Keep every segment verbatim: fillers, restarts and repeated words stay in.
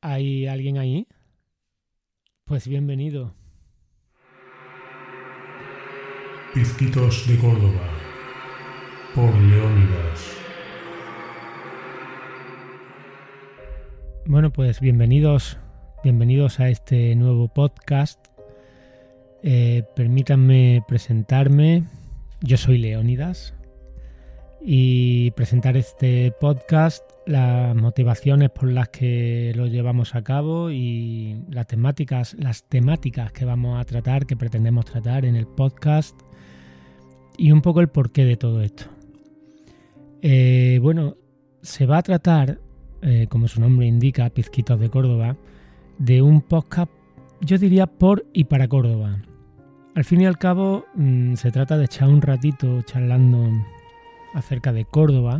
¿Hay alguien ahí? Pues bienvenido. Pizquitos de Córdoba, por Leónidas. Bueno, pues bienvenidos, bienvenidos a este nuevo podcast. Eh, permítanme presentarme. Yo soy Leónidas y presentar este podcast, las motivaciones por las que lo llevamos a cabo y las temáticas, las temáticas que vamos a tratar, que pretendemos tratar en el podcast y un poco el porqué de todo esto. Eh, bueno, se va a tratar, eh, como su nombre indica, Pizquitos de Córdoba, de un podcast, yo diría, por y para Córdoba. Al fin y al cabo, mmm, se trata de echar un ratito charlando acerca de Córdoba.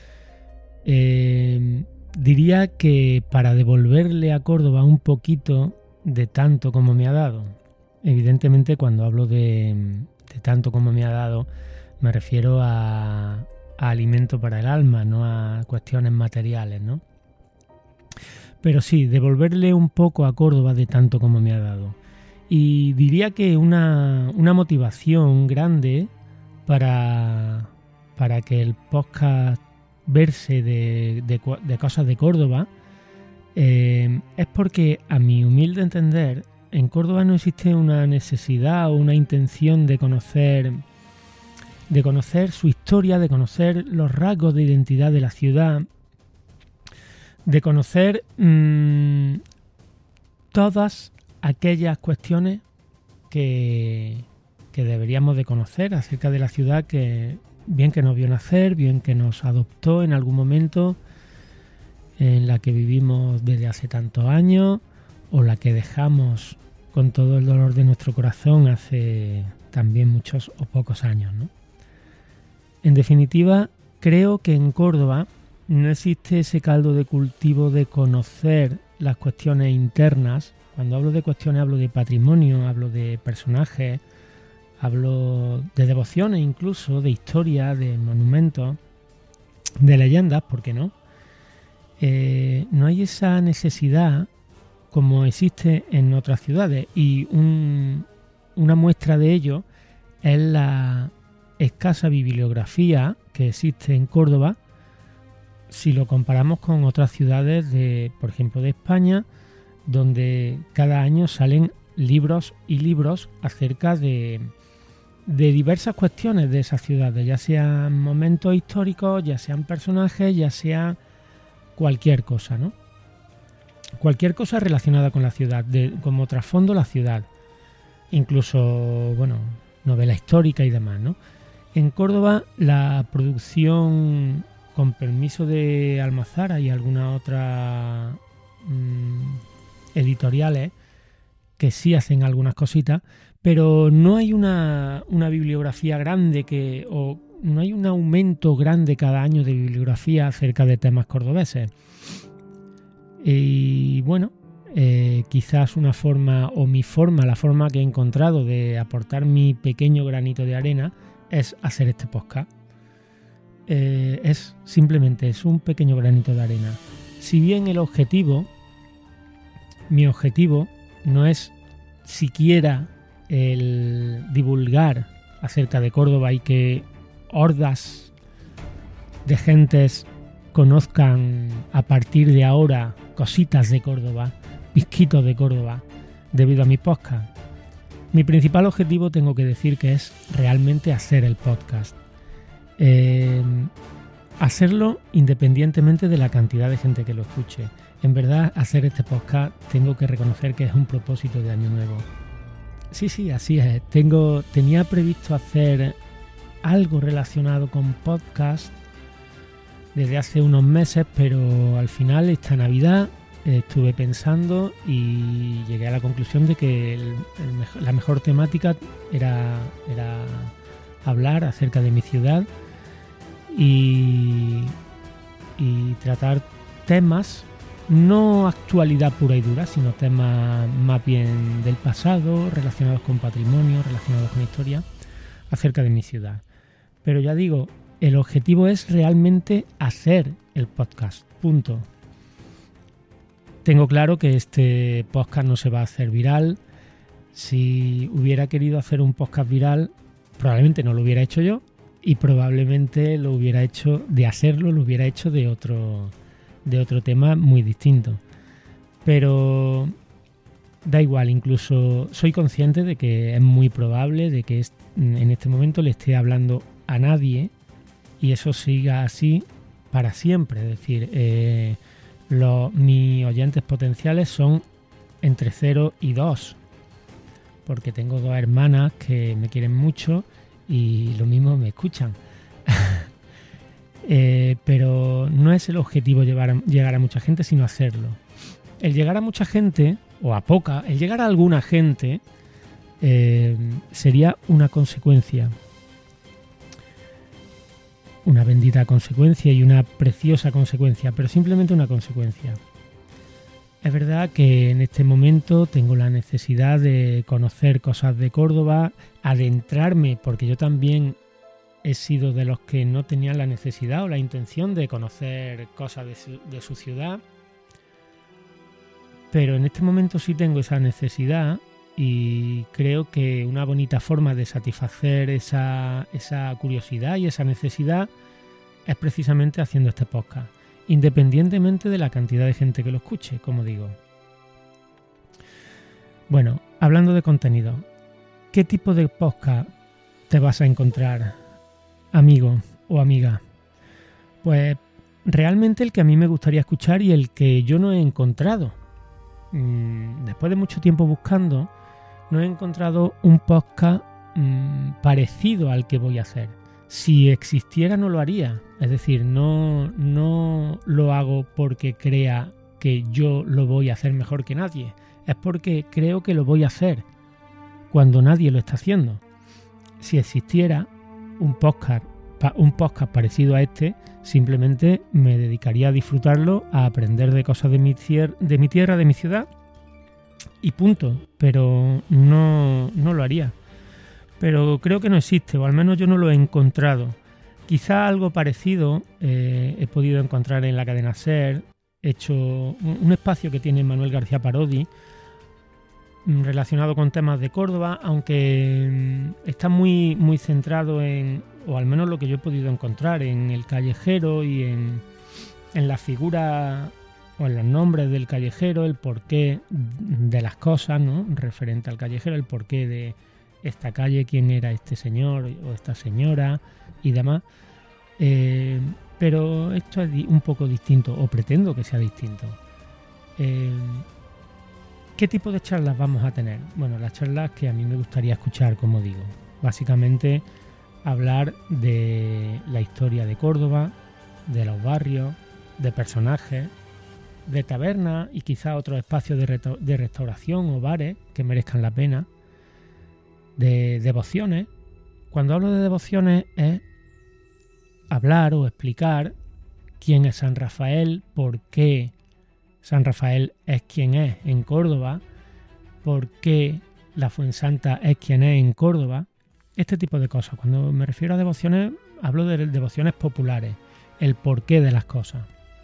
Eh, diría que para devolverle a Córdoba un poquito de tanto como me ha dado. Evidentemente, cuando hablo de, de tanto como me ha dado, me refiero a, a alimento para el alma, no a cuestiones materiales, ¿no? Pero sí, devolverle un poco a Córdoba de tanto como me ha dado. Y diría que una, una motivación grande para, para que el podcast verse de, de, de cosas de Córdoba eh, es porque, a mi humilde entender, en Córdoba no existe una necesidad o una intención de conocer, de conocer su historia, de conocer los rasgos de identidad de la ciudad, de conocer mmm, todas aquellas cuestiones que, que deberíamos de conocer acerca de la ciudad, que bien que nos vio nacer, bien que nos adoptó en algún momento, en la que vivimos desde hace tantos años, o la que dejamos con todo el dolor de nuestro corazón hace también muchos o pocos años, ¿no? En definitiva, creo que en Córdoba no existe ese caldo de cultivo de conocer las cuestiones internas. Cuando hablo de cuestiones hablo de patrimonio, hablo de personajes, hablo de devociones incluso, de historia, de monumentos, de leyendas, ¿por qué no? Eh, no hay esa necesidad como existe en otras ciudades, y un, una muestra de ello es la escasa bibliografía que existe en Córdoba si lo comparamos con otras ciudades, de, por ejemplo, de España, donde cada año salen libros y libros acerca de, de diversas cuestiones de esas ciudades, ya sean momentos históricos, ya sean personajes, ya sea cualquier cosa, ¿no? Cualquier cosa relacionada con la ciudad, de, como trasfondo la ciudad, incluso, bueno, novela histórica y demás, ¿no? En Córdoba la producción, con permiso de Almazara y alguna otra mmm, editoriales que sí hacen algunas cositas, pero no hay una, una bibliografía grande que, o no hay un aumento grande cada año de bibliografía acerca de temas cordobeses. Y bueno, eh, quizás una forma, o mi forma, la forma que he encontrado de aportar mi pequeño granito de arena es hacer este podcast. Eh, es simplemente, es un pequeño granito de arena. Si bien el objetivo, mi objetivo no es siquiera el divulgar acerca de Córdoba y que hordas de gentes conozcan a partir de ahora cositas de Córdoba, pizquitos de Córdoba, debido a mi podcast. Mi principal objetivo, tengo que decir, que es realmente hacer el podcast. Eh, hacerlo independientemente de la cantidad de gente que lo escuche. En verdad, hacer este podcast tengo que reconocer que es un propósito de año nuevo. Sí, sí, así es. Tengo, tenía previsto hacer algo relacionado con podcast desde hace unos meses, pero al final, esta Navidad, eh, estuve pensando y llegué a la conclusión de que el, el mejor, la mejor temática era, era hablar acerca de mi ciudad y, y tratar temas, no actualidad pura y dura, sino temas más bien del pasado, relacionados con patrimonio, relacionados con historia, acerca de mi ciudad. Pero ya digo, el objetivo es realmente hacer el podcast, punto. tengo claro que este podcast no se va a hacer viral. Si hubiera querido hacer un podcast viral, probablemente no lo hubiera hecho yo y probablemente lo hubiera hecho, de hacerlo, lo hubiera hecho de otro, de otro tema muy distinto. Pero da igual, incluso soy consciente de que es muy probable de que en este momento le esté hablando a nadie y eso siga así para siempre. Es decir, eh, los, mis oyentes potenciales son entre cero y dos, porque tengo dos hermanas que me quieren mucho y lo mismo me escuchan. eh, pero no es el objetivo llevar a, llegar a mucha gente, sino hacerlo. El llegar a mucha gente, o a poca, el llegar a alguna gente eh, sería una consecuencia. Una bendita consecuencia y una preciosa consecuencia, pero simplemente una consecuencia. Es verdad que en este momento tengo la necesidad de conocer cosas de Córdoba, adentrarme, porque yo también he sido de los que no tenían la necesidad o la intención de conocer cosas de su, de su ciudad, pero en este momento sí tengo esa necesidad y creo que una bonita forma de satisfacer esa, esa curiosidad y esa necesidad es precisamente haciendo este podcast, independientemente de la cantidad de gente que lo escuche, como digo. Bueno, hablando de contenido, ¿qué tipo de podcast te vas a encontrar, amigo o amiga? Pues realmente el que a mí me gustaría escuchar y el que yo no he encontrado. Después de mucho tiempo buscando, no he encontrado un podcast mmm, parecido al que voy a hacer. Si existiera no lo haría, es decir, no, no lo hago porque crea que yo lo voy a hacer mejor que nadie, es porque creo que lo voy a hacer cuando nadie lo está haciendo. Si existiera un podcast, un podcast parecido a este, simplemente me dedicaría a disfrutarlo, a aprender de cosas de mi, cier- de mi tierra, de mi ciudad y punto, pero no, no lo haría. Pero creo que no existe, o al menos yo no lo he encontrado. Quizá algo parecido eh, he podido encontrar en la cadena SER, hecho un, un espacio que tiene Manuel García Parodi, relacionado con temas de Córdoba, aunque está muy, muy centrado en, o al menos lo que yo he podido encontrar, en el callejero y en, en la figura o en los nombres del callejero, el porqué de las cosas, ¿no? Referente al callejero, el porqué de esta calle, quién era este señor o esta señora y demás. Eh, pero esto es un poco distinto, o pretendo que sea distinto. Eh, ¿Qué tipo de charlas vamos a tener? Bueno, las charlas que a mí me gustaría escuchar, como digo. Básicamente hablar de la historia de Córdoba, de los barrios, de personajes, de tabernas y quizá otros espacios de, reto- de restauración o bares que merezcan la pena, de devociones. Cuando hablo de devociones es hablar o explicar quién es San Rafael, por qué San Rafael es quien es en Córdoba, por qué la Fuensanta es quien es en Córdoba, este tipo de cosas. Cuando me refiero a devociones, hablo de devociones populares, el porqué de las cosas.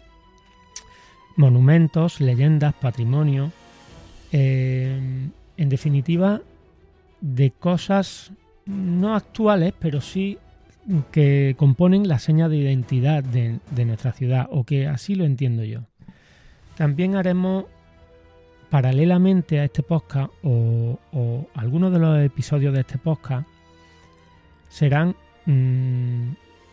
Monumentos, leyendas, patrimonio, eh, en definitiva, de cosas no actuales, pero sí que componen la seña de identidad de, de nuestra ciudad, o que así lo entiendo yo. También haremos, paralelamente a este podcast, o, o algunos de los episodios de este podcast, serán, mmm,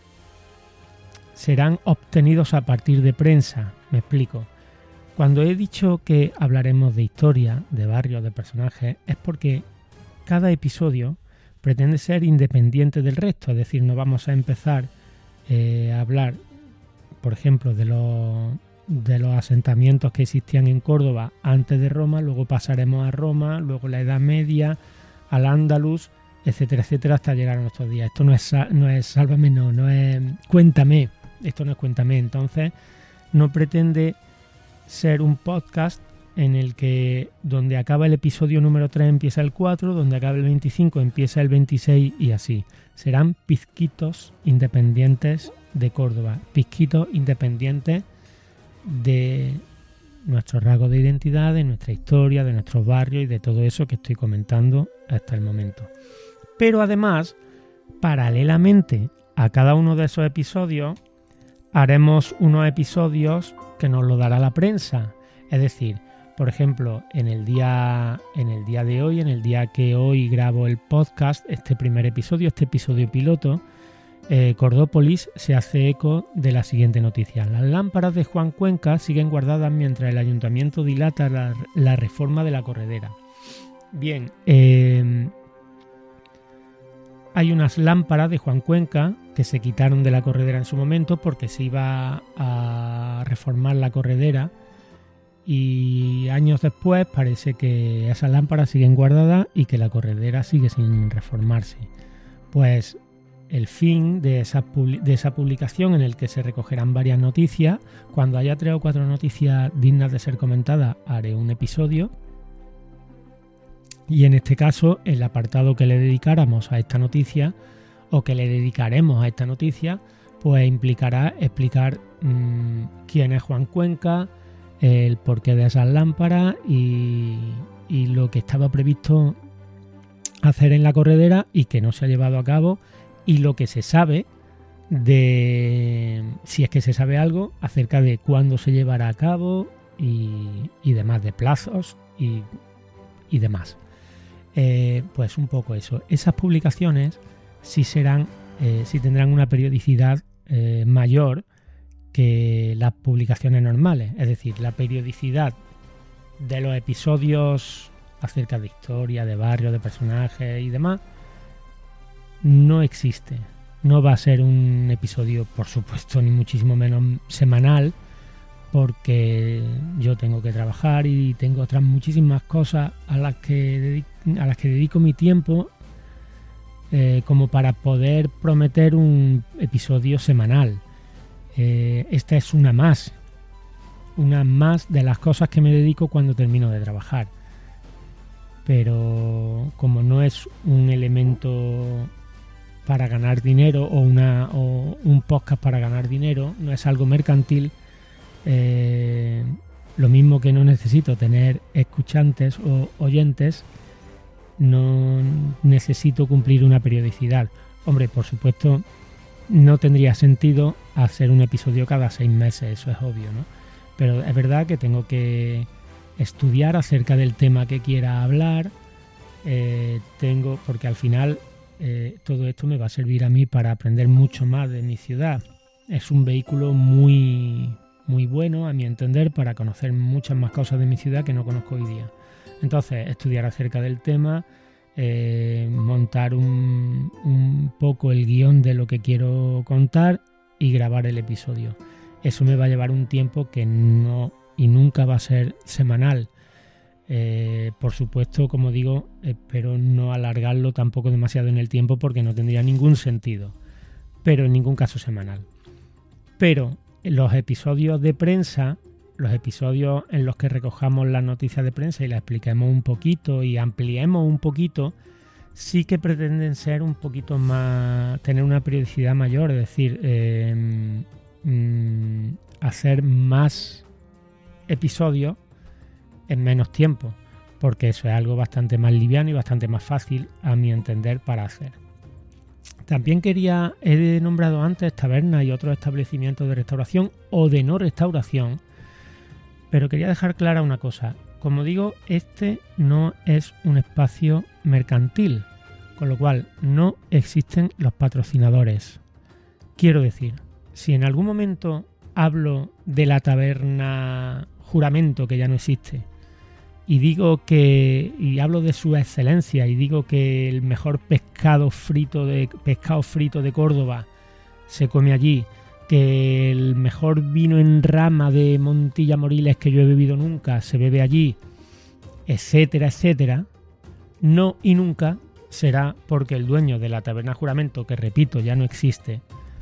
serán obtenidos a partir de prensa. Me explico. Cuando he dicho que hablaremos de historia, de barrios, de personajes, es porque cada episodio pretende ser independiente del resto, es decir, no vamos a empezar eh, a hablar, por ejemplo, de los, de los asentamientos que existían en Córdoba antes de Roma, luego pasaremos a Roma, luego la Edad Media, al Andaluz, etcétera, etcétera, hasta llegar a nuestros días. Esto no es, no es Sálvame, no, no es Cuéntame, esto no es Cuéntame, entonces no pretende ser un podcast en el que donde acaba el episodio número tres empieza el cuatro, donde acaba el veinticinco empieza el veintiséis y así. Serán pizquitos independientes de Córdoba, pizquitos independientes de, nuestros rasgos de identidad, de nuestra historia, de nuestros barrios y de todo eso que estoy comentando hasta el momento. Pero además, paralelamente a cada uno de esos episodios, haremos unos episodios que nos lo dará la prensa. Es decir, por ejemplo, en el día, en el día de hoy, en el día que hoy grabo el podcast, este primer episodio, este episodio piloto, eh, Cordópolis se hace eco de la siguiente noticia. Las lámparas de Juan Cuenca siguen guardadas mientras el ayuntamiento dilata la, la reforma de la corredera. Bien, eh, hay unas lámparas de Juan Cuenca que se quitaron de la corredera en su momento porque se iba a reformar la corredera y años después parece que esas lámparas siguen guardadas y que la corredera sigue sin reformarse. Pues el fin de esa, de esa publicación, en el que se recogerán varias noticias, cuando haya tres o cuatro noticias dignas de ser comentadas, haré un episodio. Y en este caso, el apartado que le dedicáramos a esta noticia, o que le dedicaremos a esta noticia, pues implicará explicar mmm, quién es Juan Cuenca, el porqué de esas lámparas y, y lo que estaba previsto hacer en la corredera y que no se ha llevado a cabo, y lo que se sabe de, si es que se sabe algo, acerca de cuándo se llevará a cabo y, y demás, de plazos y, y demás. Eh, pues un poco eso. Esas publicaciones sí serán, eh, sí tendrán una periodicidad eh, mayor que las publicaciones normales. Es decir, la periodicidad de los episodios acerca de historia, de barrio, de personajes y demás no existe. No va a ser un episodio, por supuesto, ni muchísimo menos semanal, porque yo tengo que trabajar y tengo otras muchísimas cosas a las que dedico, a las que dedico mi tiempo, eh, como para poder prometer un episodio semanal. Eh, esta es una más, una más de las cosas que me dedico cuando termino de trabajar. Pero como no es un elemento para ganar dinero o, una, o un podcast para ganar dinero, no es algo mercantil, eh, lo mismo que no necesito tener escuchantes o oyentes, no necesito cumplir una periodicidad. Hombre, por supuesto, no tendría sentido hacer un episodio cada seis meses, eso es obvio, ¿no? Pero es verdad que tengo que estudiar acerca del tema que quiera hablar, eh, tengo, porque al final eh, todo esto me va a servir a mí para aprender mucho más de mi ciudad. Es un vehículo muy, muy bueno, a mi entender, para conocer muchas más cosas de mi ciudad que no conozco hoy día. Entonces, estudiar acerca del tema, eh, montar un, un poco el guión de lo que quiero contar y grabar el episodio. Eso me va a llevar un tiempo que no y nunca va a ser semanal. Eh, por supuesto, como digo, espero no alargarlo tampoco demasiado en el tiempo porque no tendría ningún sentido, pero en ningún caso semanal. Pero los episodios de prensa, los episodios en los que recojamos las noticias de prensa y las expliquemos un poquito y ampliemos un poquito, sí que pretenden ser un poquito más, tener una periodicidad mayor, es decir, eh, mm, hacer más episodios en menos tiempo, porque eso es algo bastante más liviano y bastante más fácil, a mi entender, para hacer. También quería, he nombrado antes tabernas y otros establecimientos de restauración o de no restauración, pero quería dejar clara una cosa. Como digo, este no es un espacio mercantil, con lo cual no existen los patrocinadores. Quiero decir, si en algún momento hablo de la taberna Juramento, que ya no existe, y digo que y hablo de su excelencia y digo que el mejor pescado frito de pescado frito de Córdoba se come allí, que el mejor vino en rama de Montilla Moriles que yo he bebido nunca se bebe allí, etcétera, etcétera, no y nunca será porque el dueño de la taberna Juramento, que repito ya no existe,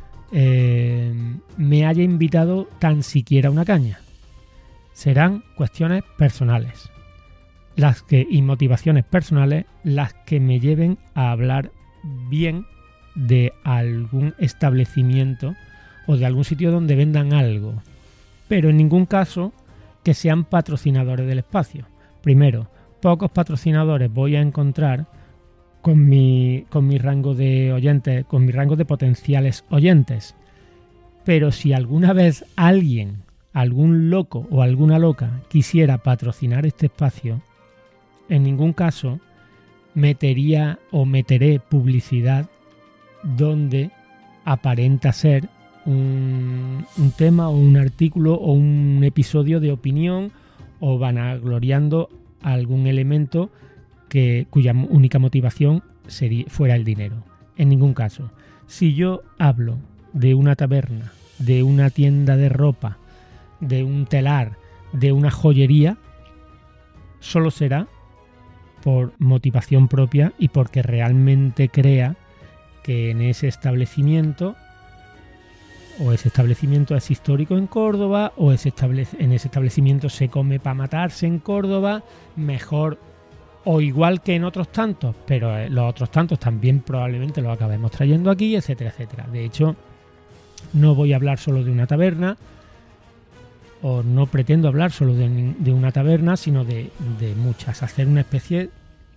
eh, me haya invitado tan siquiera una caña. Serán cuestiones personales, las que y motivaciones personales las que me lleven a hablar bien de algún establecimiento o de algún sitio donde vendan algo, pero en ningún caso que sean patrocinadores del espacio. Primero, pocos patrocinadores voy a encontrar con mi, con mi rango de oyentes, con mi rango de potenciales oyentes. Pero si alguna vez alguien, algún loco o alguna loca quisiera patrocinar este espacio, en ningún caso metería o meteré publicidad donde aparenta ser un, un tema o un artículo o un episodio de opinión o vanagloriando algún elemento que, cuya única motivación sería, fuera el dinero. En ningún caso. Si yo hablo de una taberna, de una tienda de ropa, de un telar, de una joyería, solo será por motivación propia y porque realmente crea que en ese establecimiento o ese establecimiento es histórico en Córdoba o ese establec- en ese establecimiento se come para matarse en Córdoba, mejor o igual que en otros tantos, pero eh, los otros tantos también probablemente los acabemos trayendo aquí, etcétera, etcétera. De hecho, no voy a hablar solo de una taberna, o no pretendo hablar solo de, de una taberna, sino de, de muchas. Hacer una especie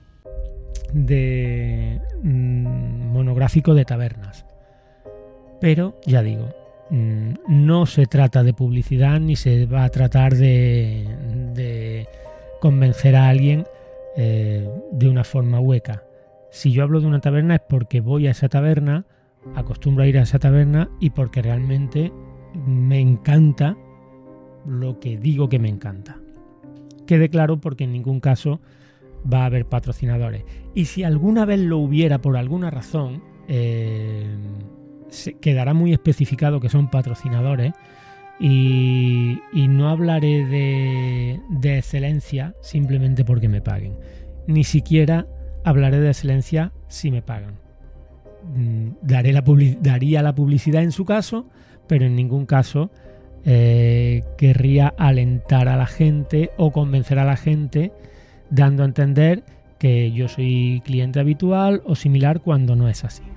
de mmm, monográfico de tabernas. Pero, ya digo, mmm, no se trata de publicidad ni se va a tratar de, de convencer a alguien eh, de una forma hueca. Si yo hablo de una taberna es porque voy a esa taberna, acostumbro a ir a esa taberna y porque realmente me encanta lo que digo que me encanta. Quede claro, porque en ningún caso va a haber patrocinadores. Y si alguna vez lo hubiera por alguna razón, eh, se quedará muy especificado que son patrocinadores y, y no hablaré de, de excelencia simplemente porque me paguen. Ni siquiera hablaré de excelencia si me pagan. Daré la public- daría la publicidad en su caso, pero en ningún caso Eh, querría alentar a la gente o convencer a la gente dando a entender que yo soy cliente habitual o similar cuando no es así.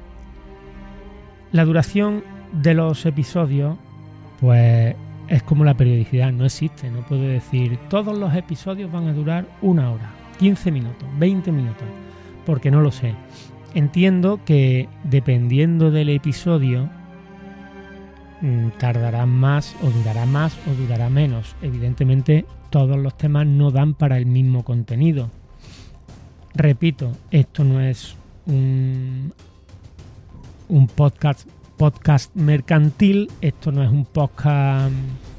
La duración de los episodios pues es como la periodicidad, no existe, no puedo decir todos los episodios van a durar una hora, quince minutos, veinte minutos, porque no lo sé. Entiendo que dependiendo del episodio tardará más o durará más o durará menos. Evidentemente todos los temas no dan para el mismo contenido. Repito, esto no es un, un podcast, podcast mercantil, esto no es un podcast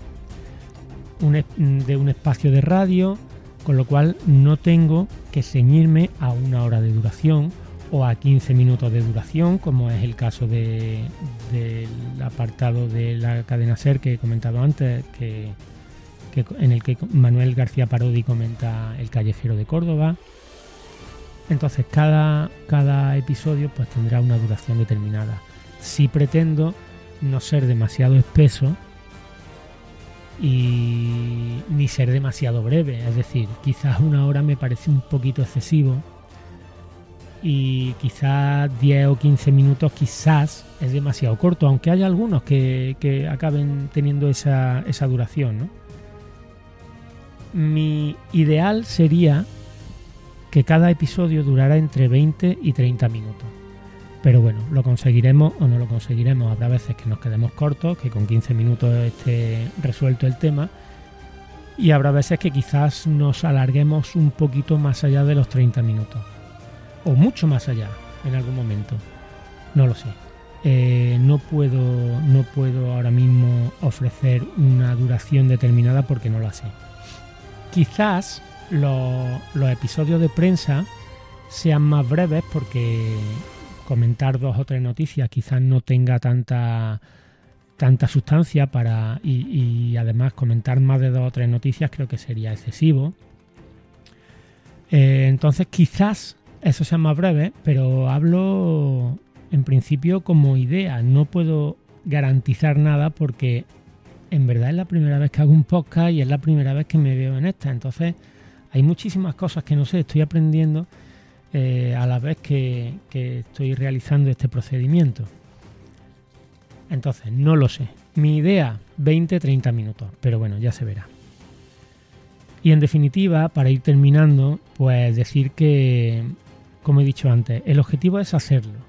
un, de un espacio de radio, con lo cual no tengo que ceñirme a una hora de duración o a quince minutos de duración, como es el caso de, del apartado de la cadena SER que he comentado antes, que, que en el que Manuel García Parodi comenta El callejero de Córdoba. Entonces cada, cada episodio pues tendrá una duración determinada. Sí pretendo no ser demasiado espeso y ni ser demasiado breve, es decir, quizás una hora me parece un poquito excesivo y quizás diez o quince minutos quizás es demasiado corto, aunque haya algunos que, que acaben teniendo esa, esa duración, ¿no? Mi ideal sería que cada episodio durara entre veinte y treinta minutos, pero bueno, lo conseguiremos o no lo conseguiremos. Habrá veces que nos quedemos cortos, que con quince minutos esté resuelto el tema, y habrá veces que quizás nos alarguemos un poquito más allá de los treinta minutos o mucho más allá en algún momento, no lo sé. Eh, no puedo no puedo ahora mismo ofrecer una duración determinada porque no la sé. Quizás los, los episodios de prensa sean más breves porque comentar dos o tres noticias quizás no tenga tanta tanta sustancia para y, y además comentar más de dos o tres noticias creo que sería excesivo. Eh, entonces quizás eso sea más breve, pero hablo en principio como idea. No puedo garantizar nada porque en verdad es la primera vez que hago un podcast y es la primera vez que me veo en esta. Entonces hay muchísimas cosas que no sé, estoy aprendiendo eh, a la vez que, que estoy realizando este procedimiento. Entonces no lo sé. Mi idea, veinte a treinta minutos, pero bueno, ya se verá. Y en definitiva, para ir terminando, pues decir que, como he dicho antes, el objetivo es hacerlo.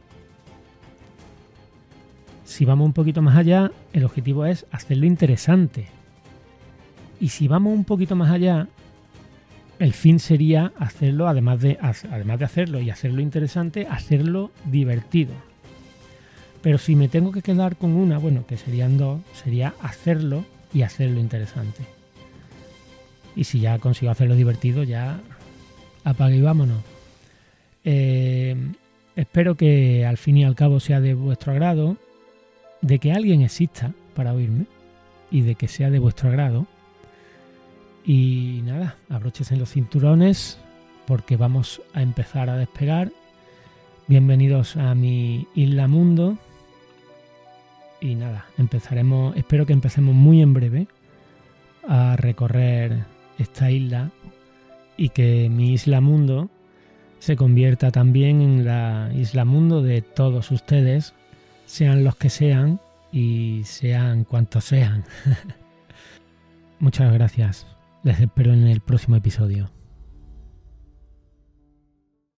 Si vamos un poquito más allá, el objetivo es hacerlo interesante. Y si vamos un poquito más allá, el fin sería hacerlo, además de, además de hacerlo y hacerlo interesante, hacerlo divertido. Pero si me tengo que quedar con una, bueno, que serían dos, sería hacerlo y hacerlo interesante. Y si ya consigo hacerlo divertido, ya apague y vámonos. Eh, espero que al fin y al cabo sea de vuestro agrado, de que alguien exista para oírme y de que sea de vuestro agrado. Y nada, abróchense los cinturones porque vamos a empezar a despegar. Bienvenidos a mi Isla Mundo. Y nada, empezaremos, espero que empecemos muy en breve a recorrer esta isla y que mi Isla Mundo se convierta también en la Isla Mundo de todos ustedes, sean los que sean y sean cuantos sean. Muchas gracias. Les espero en el próximo episodio.